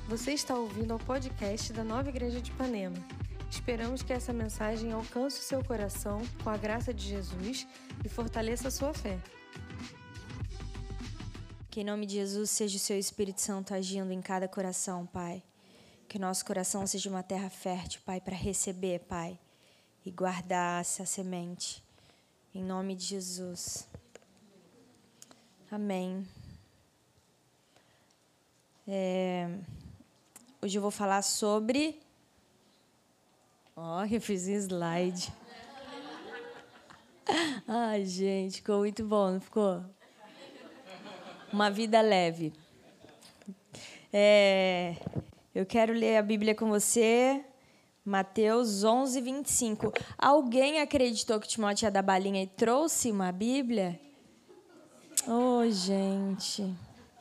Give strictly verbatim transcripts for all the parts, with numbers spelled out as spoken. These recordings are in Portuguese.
Você está ouvindo ao podcast da Nova Igreja de Ipanema. Esperamos que essa mensagem alcance o seu coração com a graça de Jesus e fortaleça a sua fé. Que em nome de Jesus seja o seu Espírito Santo agindo em cada coração, Pai. Que nosso coração seja uma terra fértil, Pai, para receber, Pai, e guardar essa semente. Em nome de Jesus. Amém. É... Hoje eu vou falar sobre... Ó, oh, eu fiz um slide. Ai, gente, ficou muito bom, não ficou? Uma vida leve. É... Eu quero ler a Bíblia com você, Mateus onze, vinte e cinco. Alguém acreditou que Timóteo ia dar balinha e trouxe uma Bíblia? Oh, gente.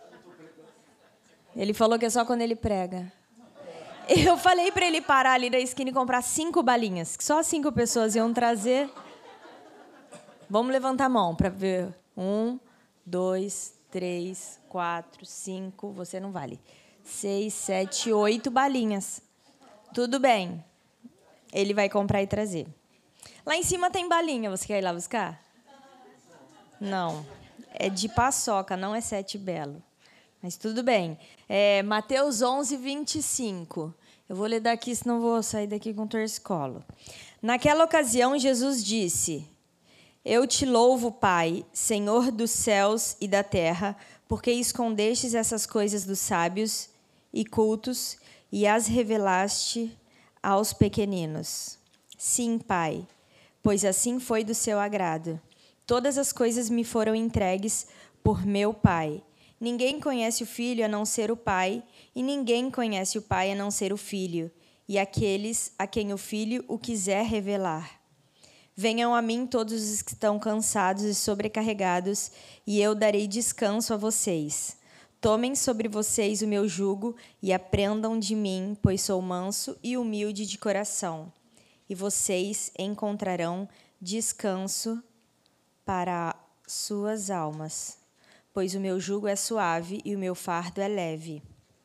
Ele falou que é só quando ele prega. Eu falei para ele parar ali na esquina e comprar cinco balinhas, que só cinco pessoas iam trazer. Vamos levantar a mão para ver. Um, dois, três, quatro, cinco. Você não vale. Seis, sete, oito balinhas. Tudo bem. Ele vai comprar e trazer. Lá em cima tem balinha. Você quer ir lá buscar? Não. É de paçoca, não é sete belo. Mas tudo bem. É, Mateus onze, vinte e cinco. Eu vou ler daqui, senão vou sair daqui com torcicolo. Naquela ocasião, Jesus disse: Eu te louvo, Pai, Senhor dos céus e da terra, porque escondestes essas coisas dos sábios e cultos e as revelaste aos pequeninos. Sim, Pai, pois assim foi do seu agrado. Todas as coisas me foram entregues por meu Pai. Ninguém conhece o Filho a não ser o Pai, e ninguém conhece o Pai a não ser o Filho, e aqueles a quem o Filho o quiser revelar. Venham a mim todos os que estão cansados e sobrecarregados, e eu darei descanso a vocês. Tomem sobre vocês o meu jugo e aprendam de mim, pois sou manso e humilde de coração, e vocês encontrarão descanso para suas almas. Pois o meu jugo é suave e o meu fardo é leve.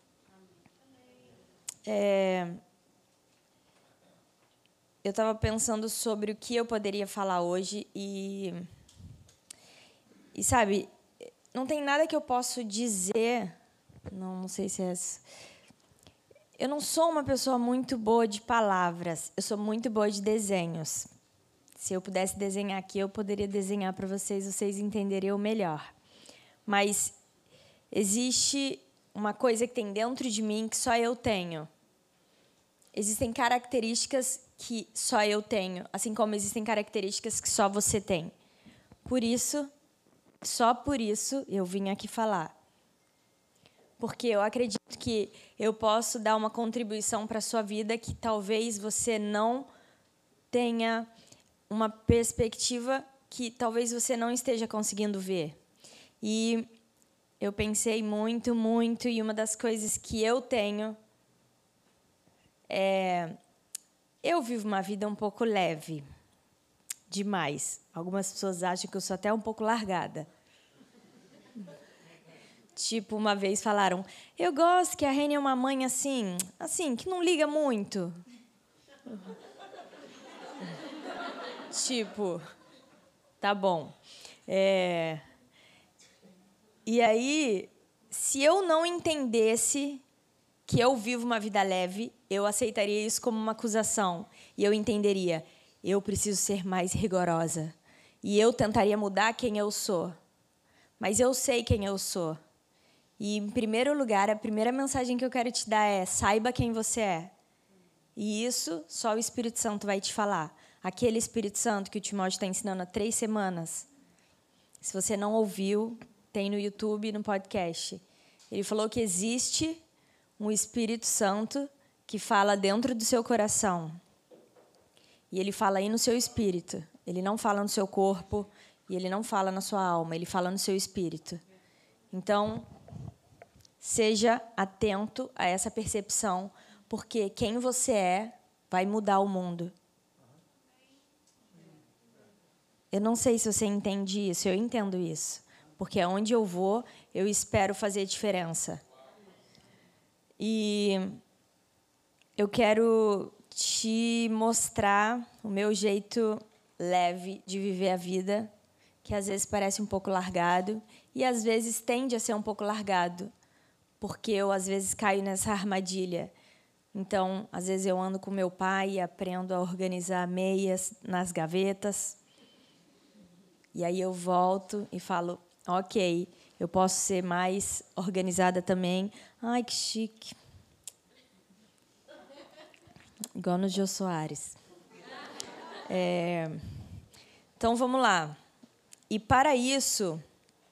É, eu estava pensando sobre o que eu poderia falar hoje e, e, sabe, não tem nada que eu possa dizer, não, não sei se é essa. Eu não sou uma pessoa muito boa de palavras, eu sou muito boa de desenhos. Se eu pudesse desenhar aqui, eu poderia desenhar para vocês, vocês entenderiam melhor. Mas existe uma coisa que tem dentro de mim que só eu tenho. Existem características que só eu tenho, assim como existem características que só você tem. Por isso, só por isso, eu vim aqui falar. Porque eu acredito que eu posso dar uma contribuição para a sua vida que talvez você não tenha uma perspectiva que talvez você não esteja conseguindo ver. E eu pensei muito, muito, e uma das coisas que eu tenho é... Eu vivo uma vida um pouco leve, demais. Algumas pessoas acham que eu sou até um pouco largada. Tipo, uma vez falaram, eu gosto que a Reni é uma mãe assim, assim, que não liga muito. Tipo, tá bom. É... E aí, se eu não entendesse que eu vivo uma vida leve, eu aceitaria isso como uma acusação. E eu entenderia, eu preciso ser mais rigorosa. E eu tentaria mudar quem eu sou. Mas eu sei quem eu sou. E, em primeiro lugar, a primeira mensagem que eu quero te dar é, saiba quem você é. E isso só o Espírito Santo vai te falar. Aquele Espírito Santo que o Timóteo está ensinando há três semanas. Se você não ouviu... Tem no YouTube e no podcast. Ele falou que existe um Espírito Santo que fala dentro do seu coração. E ele fala aí no seu espírito. Ele não fala no seu corpo e ele não fala na sua alma. Ele fala no seu espírito. Então, seja atento a essa percepção, porque quem você é vai mudar o mundo. Eu não sei se você entende isso, eu entendo isso. Porque aonde eu vou, eu espero fazer diferença. E eu quero te mostrar o meu jeito leve de viver a vida, que às vezes parece um pouco largado e às vezes tende a ser um pouco largado, porque eu às vezes caio nessa armadilha. Então, às vezes eu ando com meu pai e aprendo a organizar meias nas gavetas. E aí eu volto e falo, ok, eu posso ser mais organizada também. Ai, que chique. Igual no Jô Soares. É, então, vamos lá. E para isso,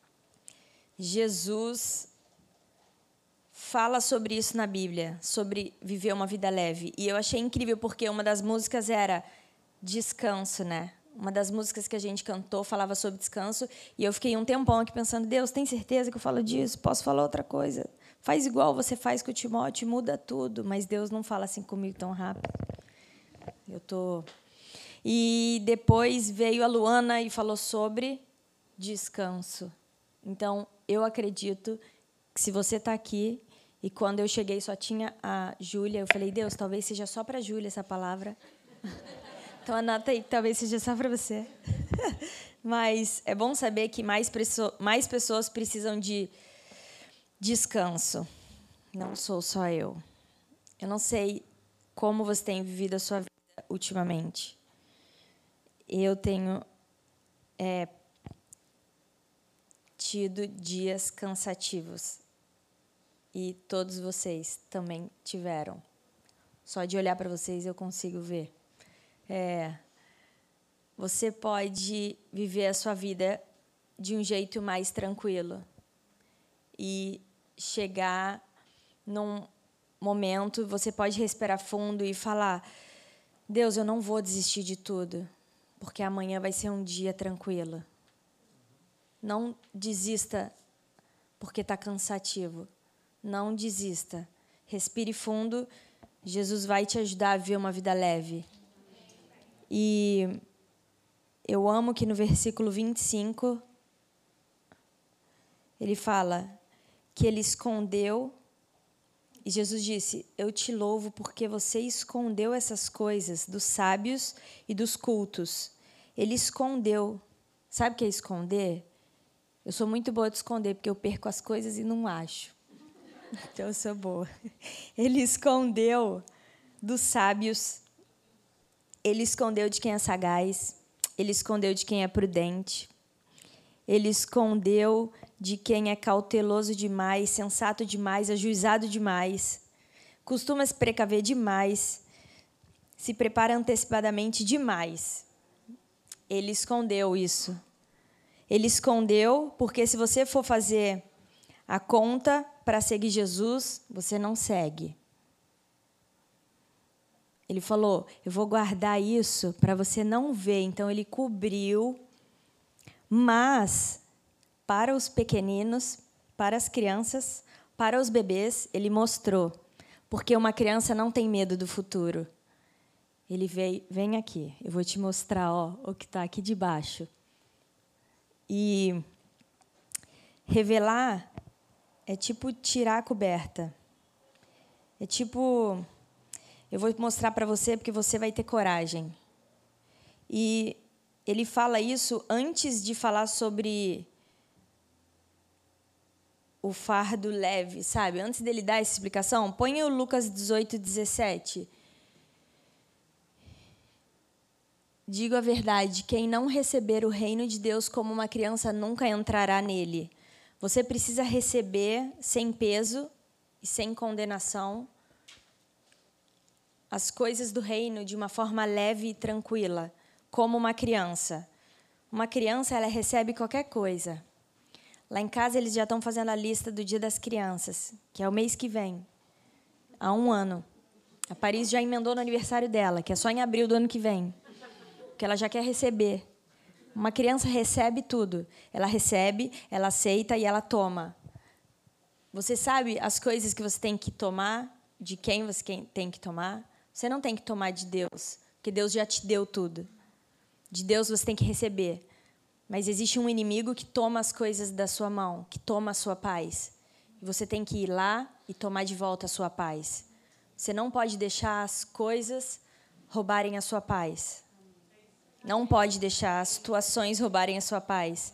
Jesus fala sobre isso na Bíblia, sobre viver uma vida leve. E eu achei incrível, porque uma das músicas era descanso, né? Uma das músicas que a gente cantou falava sobre descanso. E eu fiquei um tempão aqui pensando, Deus, tem certeza que eu falo disso? Posso falar outra coisa? Faz igual você faz com o Timóteo, muda tudo. Mas Deus não fala assim comigo tão rápido. Eu tô... E depois veio a Luana e falou sobre descanso. Então, eu acredito que se você está aqui, e quando eu cheguei só tinha a Júlia, eu falei, Deus, talvez seja só para a Júlia essa palavra. Então, anota aí, talvez seja só para você. Mas é bom saber que mais, mais pessoas precisam de descanso. Não sou só eu. Eu não sei como você tem vivido a sua vida ultimamente. Eu tenho é, tido dias cansativos. E todos vocês também tiveram. Só de olhar para vocês eu consigo ver. É, você pode viver a sua vida de um jeito mais tranquilo e chegar num momento, você pode respirar fundo e falar, Deus, eu não vou desistir de tudo, porque amanhã vai ser um dia tranquilo. Não desista porque está cansativo. Não desista. Respire fundo. Jesus vai te ajudar a viver uma vida leve. E eu amo que no versículo vinte e cinco, ele fala que ele escondeu, e Jesus disse, eu te louvo porque você escondeu essas coisas dos sábios e dos cultos. Ele escondeu. Sabe o que é esconder? Eu sou muito boa de esconder, porque eu perco as coisas e não acho. Então, eu sou boa. Ele escondeu dos sábios, ele escondeu de quem é sagaz, ele escondeu de quem é prudente, ele escondeu de quem é cauteloso demais, sensato demais, ajuizado demais, costuma se precaver demais, se prepara antecipadamente demais. Ele escondeu isso. Ele escondeu porque, se você for fazer a conta para seguir Jesus, você não segue. Ele falou, eu vou guardar isso para você não ver. Então, ele cobriu. Mas, para os pequeninos, para as crianças, para os bebês, ele mostrou. Porque uma criança não tem medo do futuro. Ele veio, vem aqui, eu vou te mostrar ó, o que está aqui debaixo. E revelar é tipo tirar a coberta. É tipo, eu vou mostrar para você porque você vai ter coragem. E ele fala isso antes de falar sobre o fardo leve, sabe? Antes dele dar essa explicação, põe o Lucas dezoito, dezessete. Digo a verdade, quem não receber o reino de Deus como uma criança nunca entrará nele. Você precisa receber sem peso e sem condenação as coisas do reino de uma forma leve e tranquila, como uma criança. Uma criança, ela recebe qualquer coisa. Lá em casa, eles já estão fazendo a lista do Dia das Crianças, que é o mês que vem, há um ano. A Paris já emendou no aniversário dela, que é só em abril do ano que vem, porque ela já quer receber. Uma criança recebe tudo. Ela recebe, ela aceita e ela toma. Você sabe as coisas que você tem que tomar, de quem você tem que tomar? Você não tem que tomar de Deus, porque Deus já te deu tudo. De Deus você tem que receber. Mas existe um inimigo que toma as coisas da sua mão, que toma a sua paz. Você tem que ir lá e tomar de volta a sua paz. Você não pode deixar as coisas roubarem a sua paz. Não pode deixar as situações roubarem a sua paz.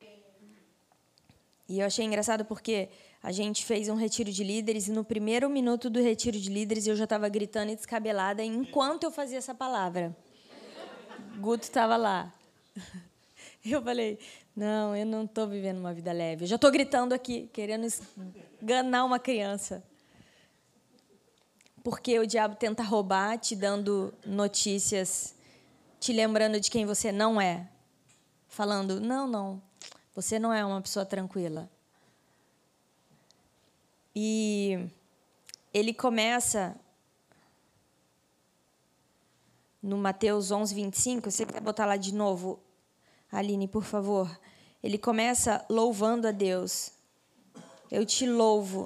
E eu achei engraçado porque a gente fez um retiro de líderes e no primeiro minuto do retiro de líderes eu já estava gritando e descabelada enquanto eu fazia essa palavra. Guto estava lá. Eu falei, não, eu não estou vivendo uma vida leve. Eu já estou gritando aqui, querendo enganar uma criança. Porque o diabo tenta roubar, te dando notícias, te lembrando de quem você não é. Falando, não, não, você não é uma pessoa tranquila. E ele começa no Mateus onze, vinte e cinco. Você quer botar lá de novo, Aline, por favor? Ele começa louvando a Deus. Eu te louvo.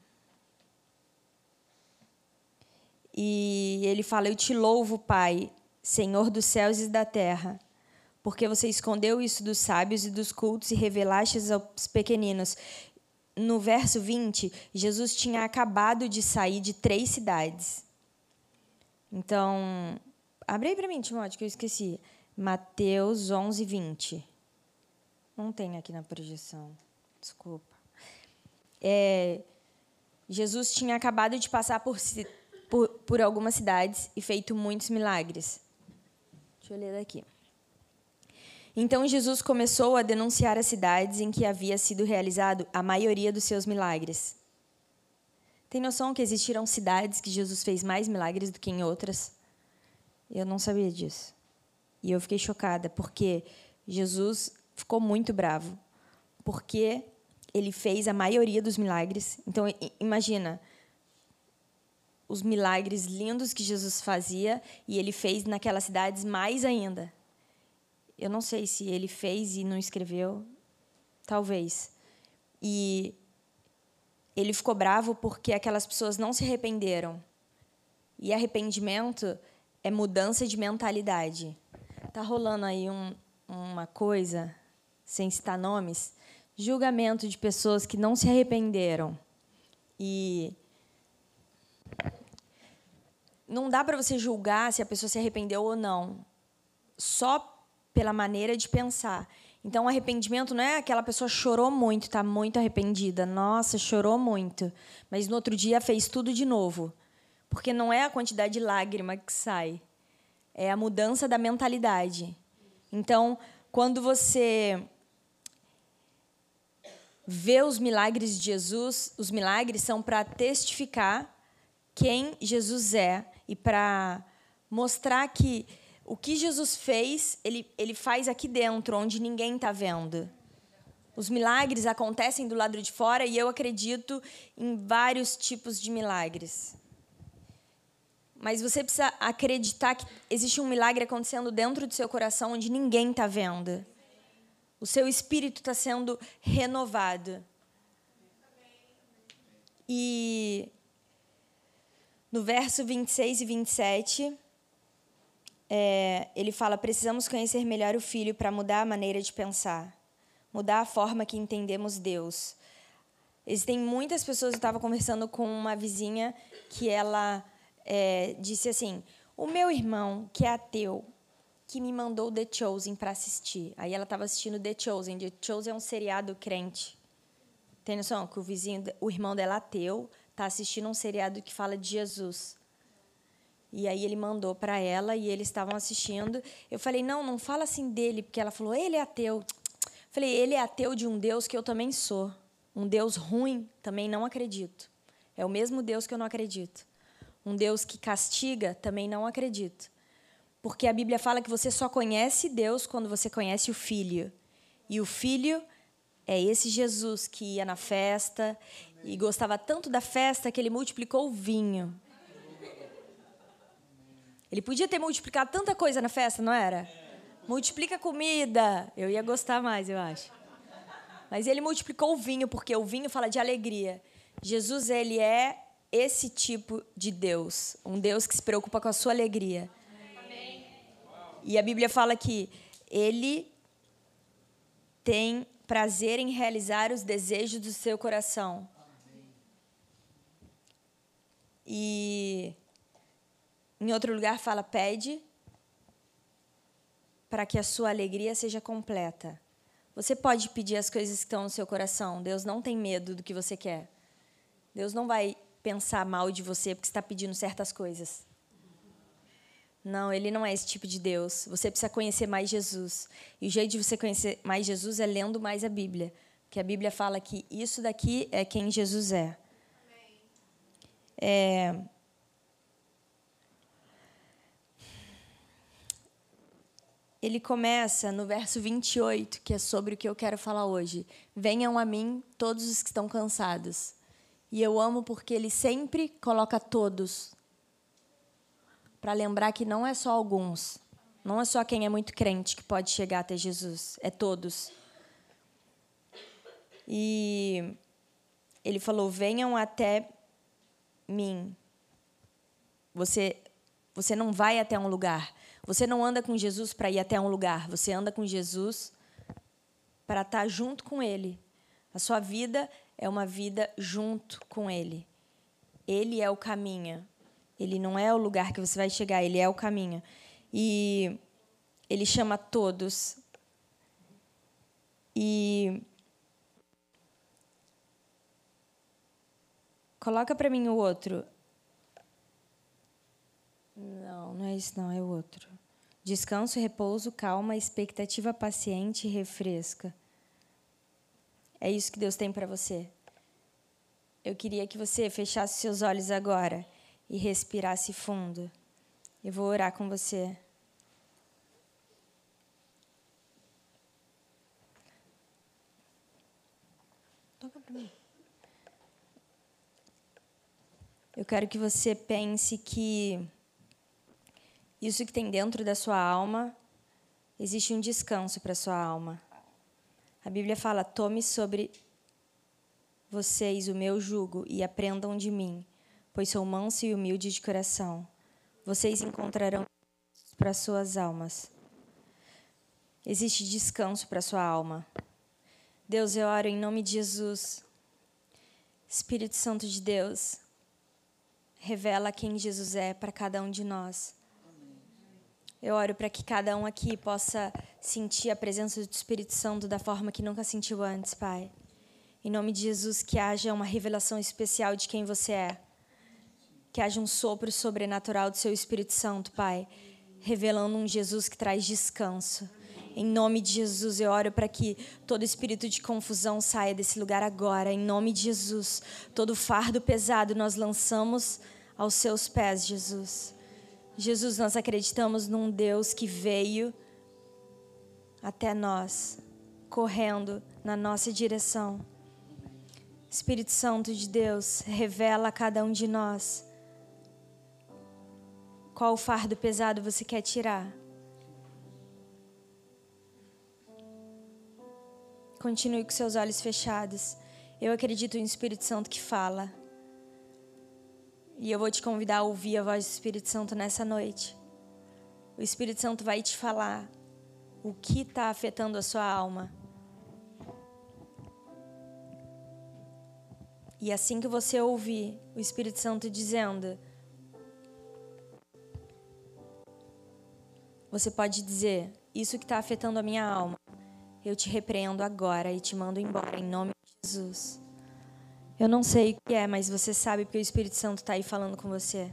E ele fala, eu te louvo, Pai, Senhor dos céus e da terra, porque você escondeu isso dos sábios e dos cultos e revelaste aos pequeninos. No verso vinte, Jesus tinha acabado de sair de três cidades. Então, abre aí para mim, Timóteo, que eu esqueci. Mateus onze, vinte. Não tem aqui na projeção. Desculpa. É, Jesus tinha acabado de passar por, por, por algumas cidades e feito muitos milagres. Deixa eu ler daqui. Então, Jesus começou a denunciar as cidades em que havia sido realizado a maioria dos seus milagres. Tem noção que existiram cidades que Jesus fez mais milagres do que em outras? Eu não sabia disso. E eu fiquei chocada, porque Jesus ficou muito bravo, porque ele fez a maioria dos milagres. Então, imagina, os milagres lindos que Jesus fazia, e ele fez naquelas cidades mais ainda. Eu não sei se ele fez e não escreveu, talvez. E ele ficou bravo porque aquelas pessoas não se arrependeram. E arrependimento é mudança de mentalidade. Está rolando aí um, uma coisa, sem citar nomes, julgamento de pessoas que não se arrependeram. E não dá para você julgar se a pessoa se arrependeu ou não, só pela maneira de pensar. Então, o arrependimento não é aquela pessoa chorou muito, está muito arrependida. Nossa, chorou muito. Mas, no outro dia, fez tudo de novo. Porque não é a quantidade de lágrima que sai. É a mudança da mentalidade. Então, quando você vê os milagres de Jesus, os milagres são para testificar quem Jesus é e para mostrar que o que Jesus fez, ele, ele faz aqui dentro, onde ninguém está vendo. Os milagres acontecem do lado de fora e eu acredito em vários tipos de milagres. Mas você precisa acreditar que existe um milagre acontecendo dentro do seu coração, onde ninguém está vendo. O seu espírito está sendo renovado. E no verso vinte e seis e vinte e sete... É, ele fala, precisamos conhecer melhor o Filho para mudar a maneira de pensar, mudar a forma que entendemos Deus. Existem muitas pessoas, eu estava conversando com uma vizinha que ela é, disse assim, o meu irmão, que é ateu, que me mandou The Chosen para assistir. Aí ela estava assistindo The Chosen. The Chosen é um seriado crente. Tem noção que o vizinho, o irmão dela ateu, está assistindo um seriado que fala de Jesus. E aí ele mandou para ela e eles estavam assistindo. Eu falei, não, não fala assim dele, porque ela falou, ele é ateu. Eu falei, ele é ateu de um Deus que eu também sou. Um Deus ruim, também não acredito. É o mesmo Deus que eu não acredito. Um Deus que castiga, também não acredito. Porque a Bíblia fala que você só conhece Deus quando você conhece o Filho. E o Filho é esse Jesus que ia na festa e gostava tanto da festa que ele multiplicou o vinho. Ele podia ter multiplicado tanta coisa na festa, não era? Multiplica a comida. Eu ia gostar mais, eu acho. Mas ele multiplicou o vinho, porque o vinho fala de alegria. Jesus, ele é esse tipo de Deus. Um Deus que se preocupa com a sua alegria. Amém. E a Bíblia fala que ele tem prazer em realizar os desejos do seu coração. E em outro lugar fala, pede para que a sua alegria seja completa. Você pode pedir as coisas que estão no seu coração. Deus não tem medo do que você quer. Deus não vai pensar mal de você porque você está pedindo certas coisas. Não, Ele não é esse tipo de Deus. Você precisa conhecer mais Jesus. E o jeito de você conhecer mais Jesus é lendo mais a Bíblia. Porque a Bíblia fala que isso daqui é quem Jesus é. É... Ele começa no verso vinte e oito, que é sobre o que eu quero falar hoje. Venham a mim todos os que estão cansados. E eu amo porque ele sempre coloca todos. Para lembrar que não é só alguns. Não é só quem é muito crente que pode chegar até Jesus. É todos. E ele falou, venham até mim. Você, você não vai até um lugar. Você não anda com Jesus para ir até um lugar. Você anda com Jesus para estar junto com Ele. A sua vida é uma vida junto com Ele. Ele é o caminho. Ele não é o lugar que você vai chegar, Ele é o caminho. E Ele chama todos. E coloca para mim o outro. Não, não é isso não, é o outro. Descanso, repouso, calma, expectativa paciente e refresca. É isso que Deus tem para você. Eu queria que você fechasse seus olhos agora e respirasse fundo. Eu vou orar com você. Toca para mim. Eu quero que você pense que isso que tem dentro da sua alma, existe um descanso para a sua alma. A Bíblia fala, tome sobre vocês o meu jugo e aprendam de mim, pois sou manso e humilde de coração. Vocês encontrarão para suas almas. Existe descanso para a sua alma. Deus, eu oro em nome de Jesus. Espírito Santo de Deus, revela quem Jesus é para cada um de nós. Eu oro para que cada um aqui possa sentir a presença do Espírito Santo da forma que nunca sentiu antes, Pai. Em nome de Jesus, que haja uma revelação especial de quem você é. Que haja um sopro sobrenatural do seu Espírito Santo, Pai, revelando um Jesus que traz descanso. Em nome de Jesus, eu oro para que todo espírito de confusão saia desse lugar agora. Em nome de Jesus, todo fardo pesado nós lançamos aos seus pés, Jesus. Jesus, nós acreditamos num Deus que veio até nós, correndo na nossa direção. Espírito Santo de Deus, revela a cada um de nós qual o fardo pesado você quer tirar. Continue com seus olhos fechados. Eu acredito no Espírito Santo que fala. E eu vou te convidar a ouvir a voz do Espírito Santo nessa noite. O Espírito Santo vai te falar o que está afetando a sua alma. E assim que você ouvir o Espírito Santo dizendo, você pode dizer, isso que está afetando a minha alma, eu te repreendo agora e te mando embora em nome de Jesus. Eu não sei o que é, mas você sabe porque o Espírito Santo está aí falando com você.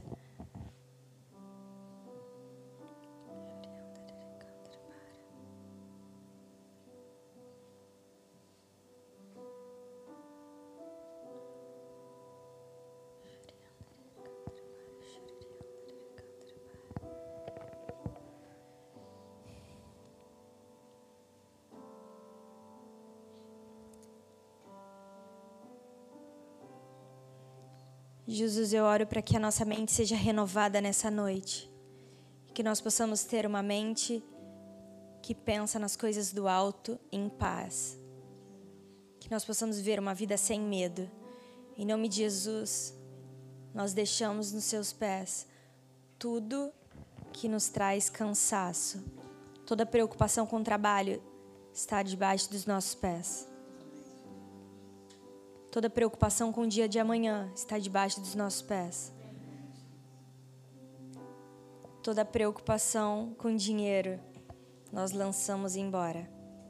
Jesus, eu oro para que a nossa mente seja renovada nessa noite. Que nós possamos ter uma mente que pensa nas coisas do alto em paz. Que nós possamos viver uma vida sem medo. Em nome de Jesus, nós deixamos nos seus pés tudo que nos traz cansaço. Toda preocupação com o trabalho está debaixo dos nossos pés. Toda preocupação com o dia de amanhã está debaixo dos nossos pés. Toda preocupação com dinheiro, nós lançamos embora.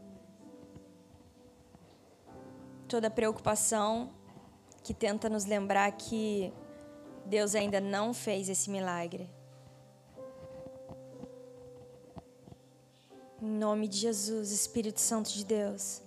Toda preocupação que tenta nos lembrar que Deus ainda não fez esse milagre. Em nome de Jesus, Espírito Santo de Deus,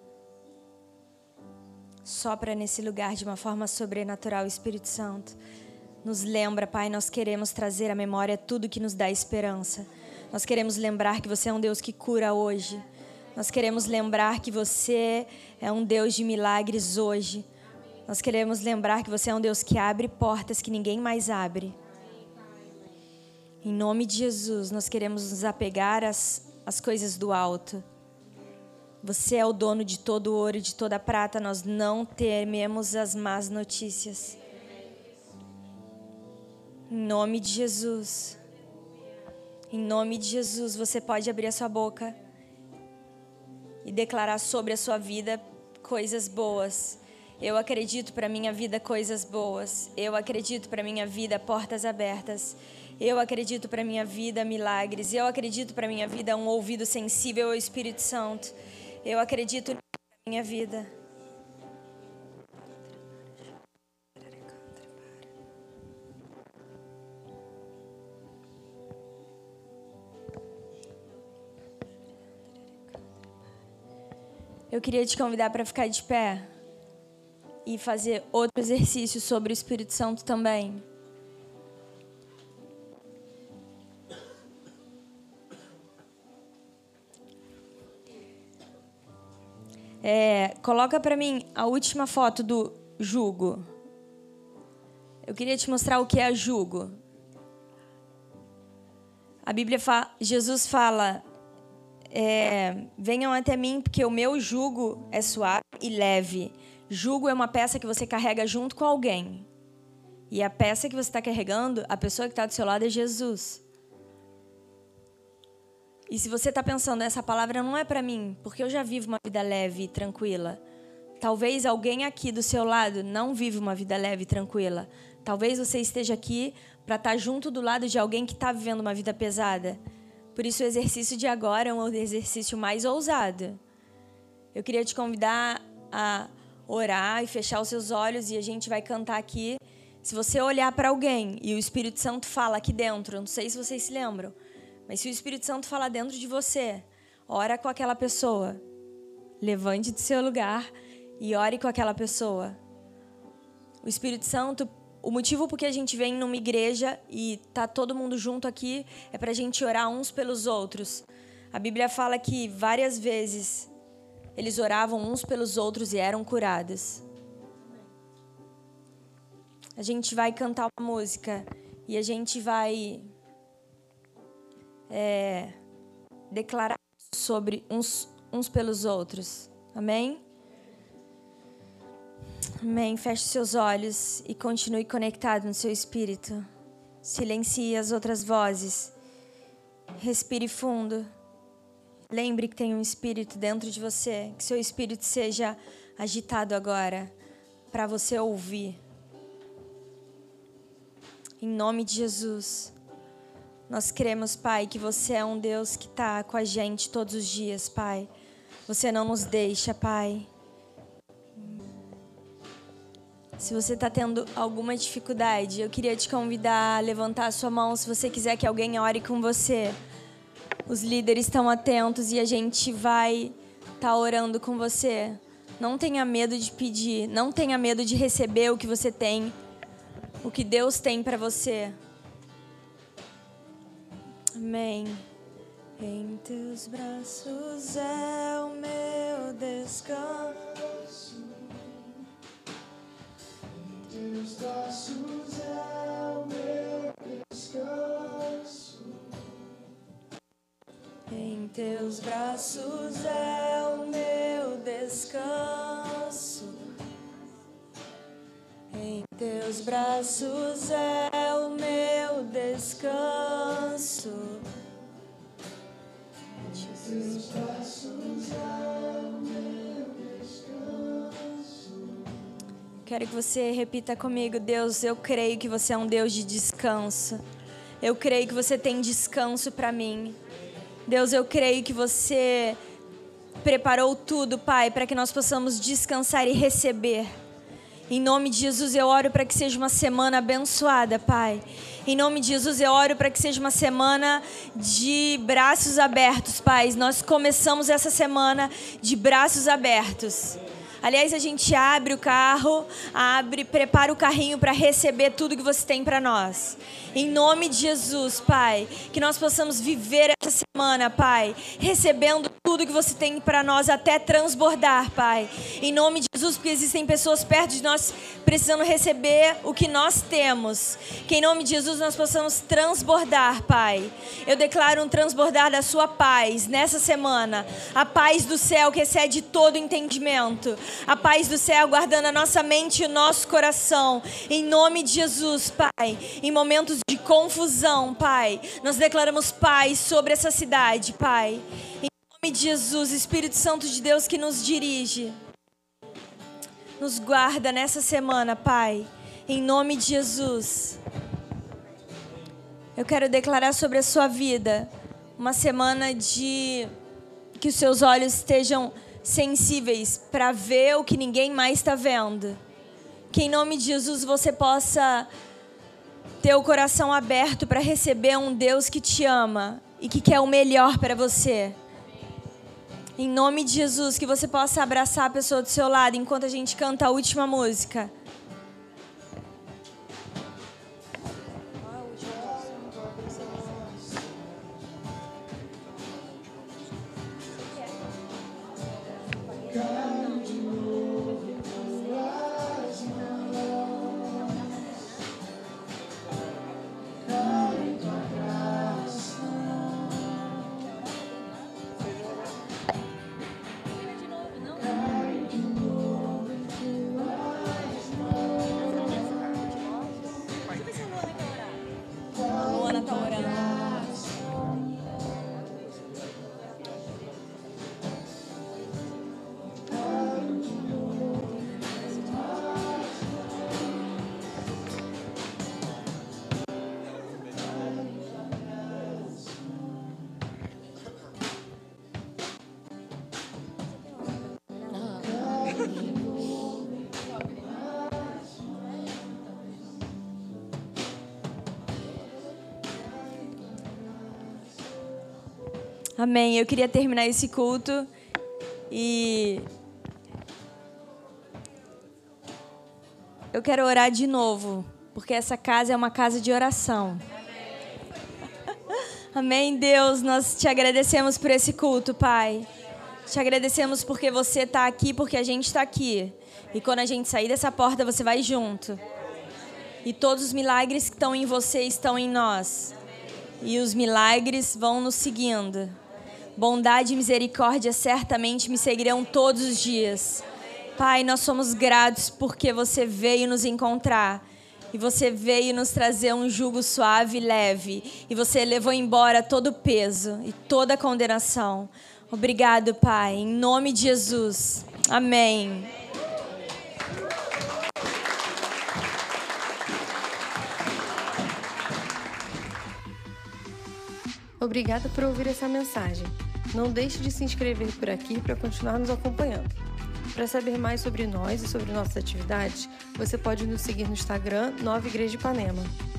sopra nesse lugar de uma forma sobrenatural, Espírito Santo. Nos lembra, Pai, nós queremos trazer à memória tudo que nos dá esperança. Nós queremos lembrar que você é um Deus que cura hoje. Nós queremos lembrar que você é um Deus de milagres hoje. Nós queremos lembrar que você é um Deus que abre portas que ninguém mais abre. Em nome de Jesus, nós queremos nos apegar às, às coisas do alto. Você é o dono de todo o ouro e de toda a prata. Nós não tememos as más notícias. Em nome de Jesus. Em nome de Jesus, você pode abrir a sua boca e declarar sobre a sua vida coisas boas. Eu acredito para minha vida coisas boas. Eu acredito para minha vida portas abertas. Eu acredito para minha vida milagres. Eu acredito para minha vida um ouvido sensível ao Espírito Santo. Eu acredito na minha vida. Eu queria te convidar para ficar de pé e fazer outro exercício sobre o Espírito Santo também. É, coloca para mim a última foto do jugo. Eu queria te mostrar o que é jugo. A Bíblia fala, Jesus fala, é, venham até mim porque o meu jugo é suave e leve. Jugo é uma peça que você carrega junto com alguém. E a peça que você está carregando, a pessoa que está do seu lado é Jesus. E se você está pensando, essa palavra não é para mim, porque eu já vivo uma vida leve e tranquila. Talvez alguém aqui do seu lado não vive uma vida leve e tranquila. Talvez você esteja aqui para estar junto do lado de alguém que está vivendo uma vida pesada. Por isso o exercício de agora é um exercício mais ousado. Eu queria te convidar a orar e fechar os seus olhos e a gente vai cantar aqui. Se você olhar para alguém e o Espírito Santo fala aqui dentro, eu não sei se vocês se lembram, mas se o Espírito Santo falar dentro de você, ora com aquela pessoa. Levante do seu lugar e ore com aquela pessoa. O Espírito Santo, o motivo por que a gente vem numa igreja e tá todo mundo junto aqui é pra gente orar uns pelos outros. A Bíblia fala que várias vezes eles oravam uns pelos outros e eram curados. A gente vai cantar uma música e a gente vai é, declarar sobre uns, uns pelos outros. Amém? Amém. Feche seus olhos e continue conectado no seu espírito. Silencie as outras vozes. Respire fundo. Lembre que tem um espírito dentro de você. Que seu espírito seja agitado agora para você ouvir. Em nome de Jesus. Nós cremos, Pai, que você é um Deus que está com a gente todos os dias, Pai. Você não nos deixa, Pai. Se você está tendo alguma dificuldade, eu queria te convidar a levantar a sua mão se você quiser que alguém ore com você. Os líderes estão atentos e a gente vai estar orando com você. Não tenha medo de pedir, não tenha medo de receber o que você tem, o que Deus tem para você. Amém. Em teus braços é o meu descanso. Em teus braços é o meu descanso. Em teus braços é o meu descanso. Em teus braços é o meu descanso. Em teus braços é o meu descanso. Quero que você repita comigo: Deus, eu creio que você é um Deus de descanso. eu creio que você tem descanso para mim. Deus, eu creio que você preparou tudo, Pai, para que nós possamos descansar e receber. Em nome de Jesus, eu oro para que seja uma semana abençoada, Pai. Em nome de Jesus, eu oro para que seja uma semana de braços abertos, Pai. Nós começamos essa semana de braços abertos. Aliás, a gente abre o carro, abre, prepara o carrinho para receber tudo que você tem para nós. Em nome de Jesus, Pai, que nós possamos viver essa semana, Pai, recebendo tudo que você tem para nós até transbordar, Pai. Em nome de Jesus, porque existem pessoas perto de nós precisando receber o que nós temos. Que em nome de Jesus nós possamos transbordar, Pai. Eu declaro um transbordar da sua paz nessa semana. A paz do céu que excede todo entendimento. A paz do céu guardando a nossa mente e o nosso coração. Em nome de Jesus, Pai. Em momentos de confusão, Pai, nós declaramos paz sobre essa cidade, Pai. Em nome de Jesus, Espírito Santo de Deus que nos dirige, nos guarda nessa semana, Pai. Em nome de Jesus. Eu quero declarar sobre a sua vida uma semana de que os seus olhos estejam sensíveis para ver o que ninguém mais está vendo. Que em nome de Jesus você possa ter o coração aberto para receber um Deus que te ama e que quer o melhor para você. Em nome de Jesus, que você possa abraçar a pessoa do seu lado enquanto a gente canta a última música. Amém. Eu queria terminar esse culto e eu quero orar de novo, porque essa casa é uma casa de oração. Amém, Deus, nós te agradecemos por esse culto, Pai. Te agradecemos porque você está aqui, porque a gente está aqui. E quando a gente sair dessa porta, você vai junto. E todos os milagres que estão em você estão em nós. E os milagres vão nos seguindo. Bondade e misericórdia certamente me seguirão todos os dias. Pai, nós somos gratos porque você veio nos encontrar. E você veio nos trazer um jugo suave e leve. E você levou embora todo o peso e toda a condenação. Obrigado, Pai. Em nome de Jesus. Amém. Obrigada por ouvir essa mensagem. Não deixe de se inscrever por aqui para continuar nos acompanhando. Para saber mais sobre nós e sobre nossas atividades, você pode nos seguir no Instagram Nova Igreja de Ipanema.